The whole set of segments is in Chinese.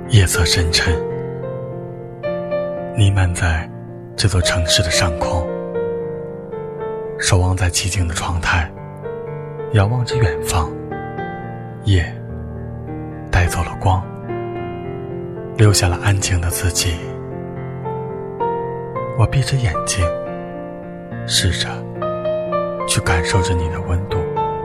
夜色深沉，弥漫在这座城市的上空。守望在寂静的窗台，遥望着远方。夜带走了光，留下了安静的自己。我闭着眼睛，试着去感受着你的温度。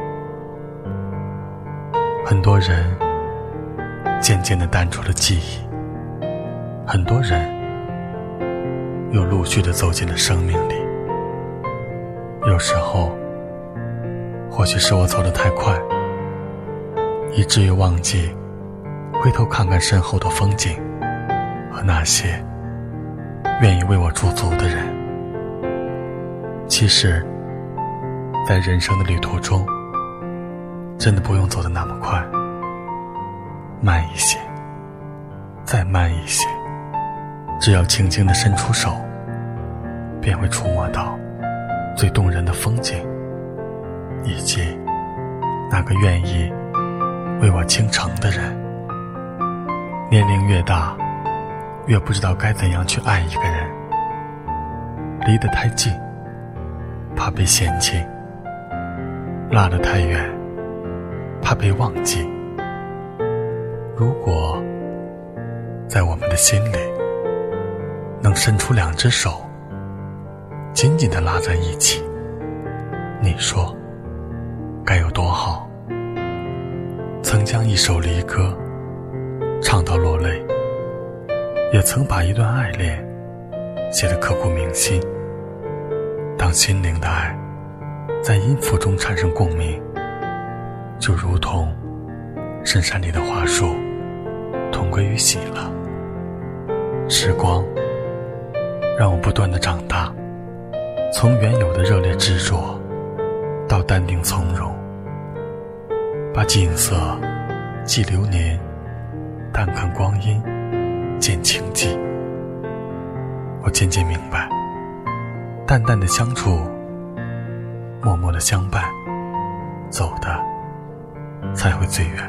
很多人渐渐地淡出了记忆，很多人又陆续地走进了生命里。有时候或许是我走得太快，以至于忘记回头看看身后的风景和那些愿意为我驻足的人。其实在人生的旅途中，真的不用走得那么快，慢一些，再慢一些，只要轻轻地伸出手，便会触摸到最动人的风景，以及那个愿意为我倾城的人。年龄越大，越不知道该怎样去爱一个人。离得太近，怕被嫌弃；拉得太远，怕被忘记。如果在我们的心里能伸出两只手，紧紧地拉在一起，你说该有多好。曾将一首离歌唱到落泪，也曾把一段爱恋写得刻骨铭心。当心灵的爱在音符中产生共鸣，就如同深山里的花树同归于喜了。时光让我不断地长大，从原有的热烈执着到淡定从容，把景色记流年，淡看光阴见情迹。我渐渐明白，淡淡的相处，默默的相伴，走的才会最远。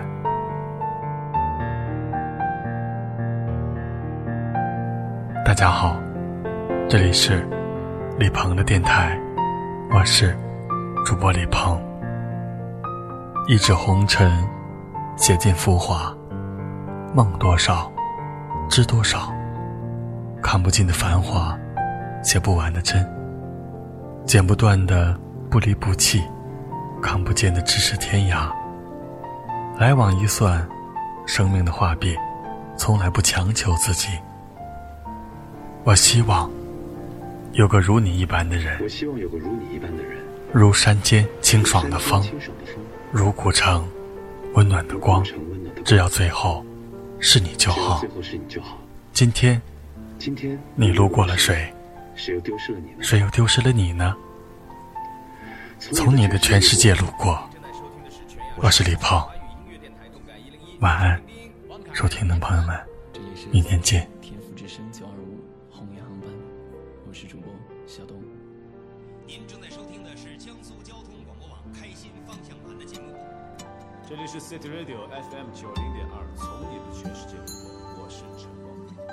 大家好，这里是李鹏的电台，我是主播李鹏。一纸红尘写尽浮华，梦多少知多少，看不尽的繁华，写不完的真，剪不断的不离不弃，看不见的咫尺天涯。来往一算，生命的画笔从来不强求自己。我希望有个如你一般的人，如山间清爽的风，如古城温暖的光，只要最后是你就好。今天你路过了谁？谁又丢失了你呢？从你的全世界路过，我是李鹏，晚安，收听的朋友们，明天见。 天赋之声925红叶航班，我是主播小东。 您正在收听的是江苏交通广播网开心方向盘的节目。 这里是 City Radio FM 90.2，从你的全世界路过，我是陈光。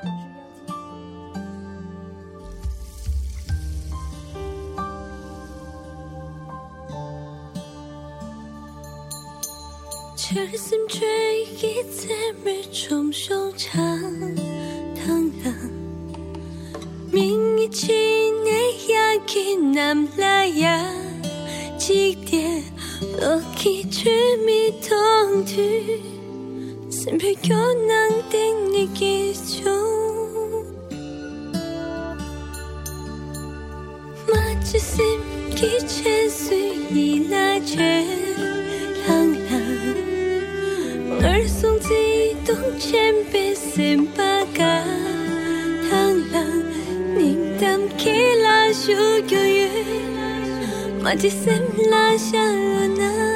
철심죄 이템을 좀 쇼장당당 민이 지내야기 남라야 지대 럭키 취미 동들 심표견낭 땡내기죠 마치 심기 채수 이나제 ở xuống di tung trên bề xem ba ca thang lặng niềm đam khi là chú yêu mà chỉ xem là cha na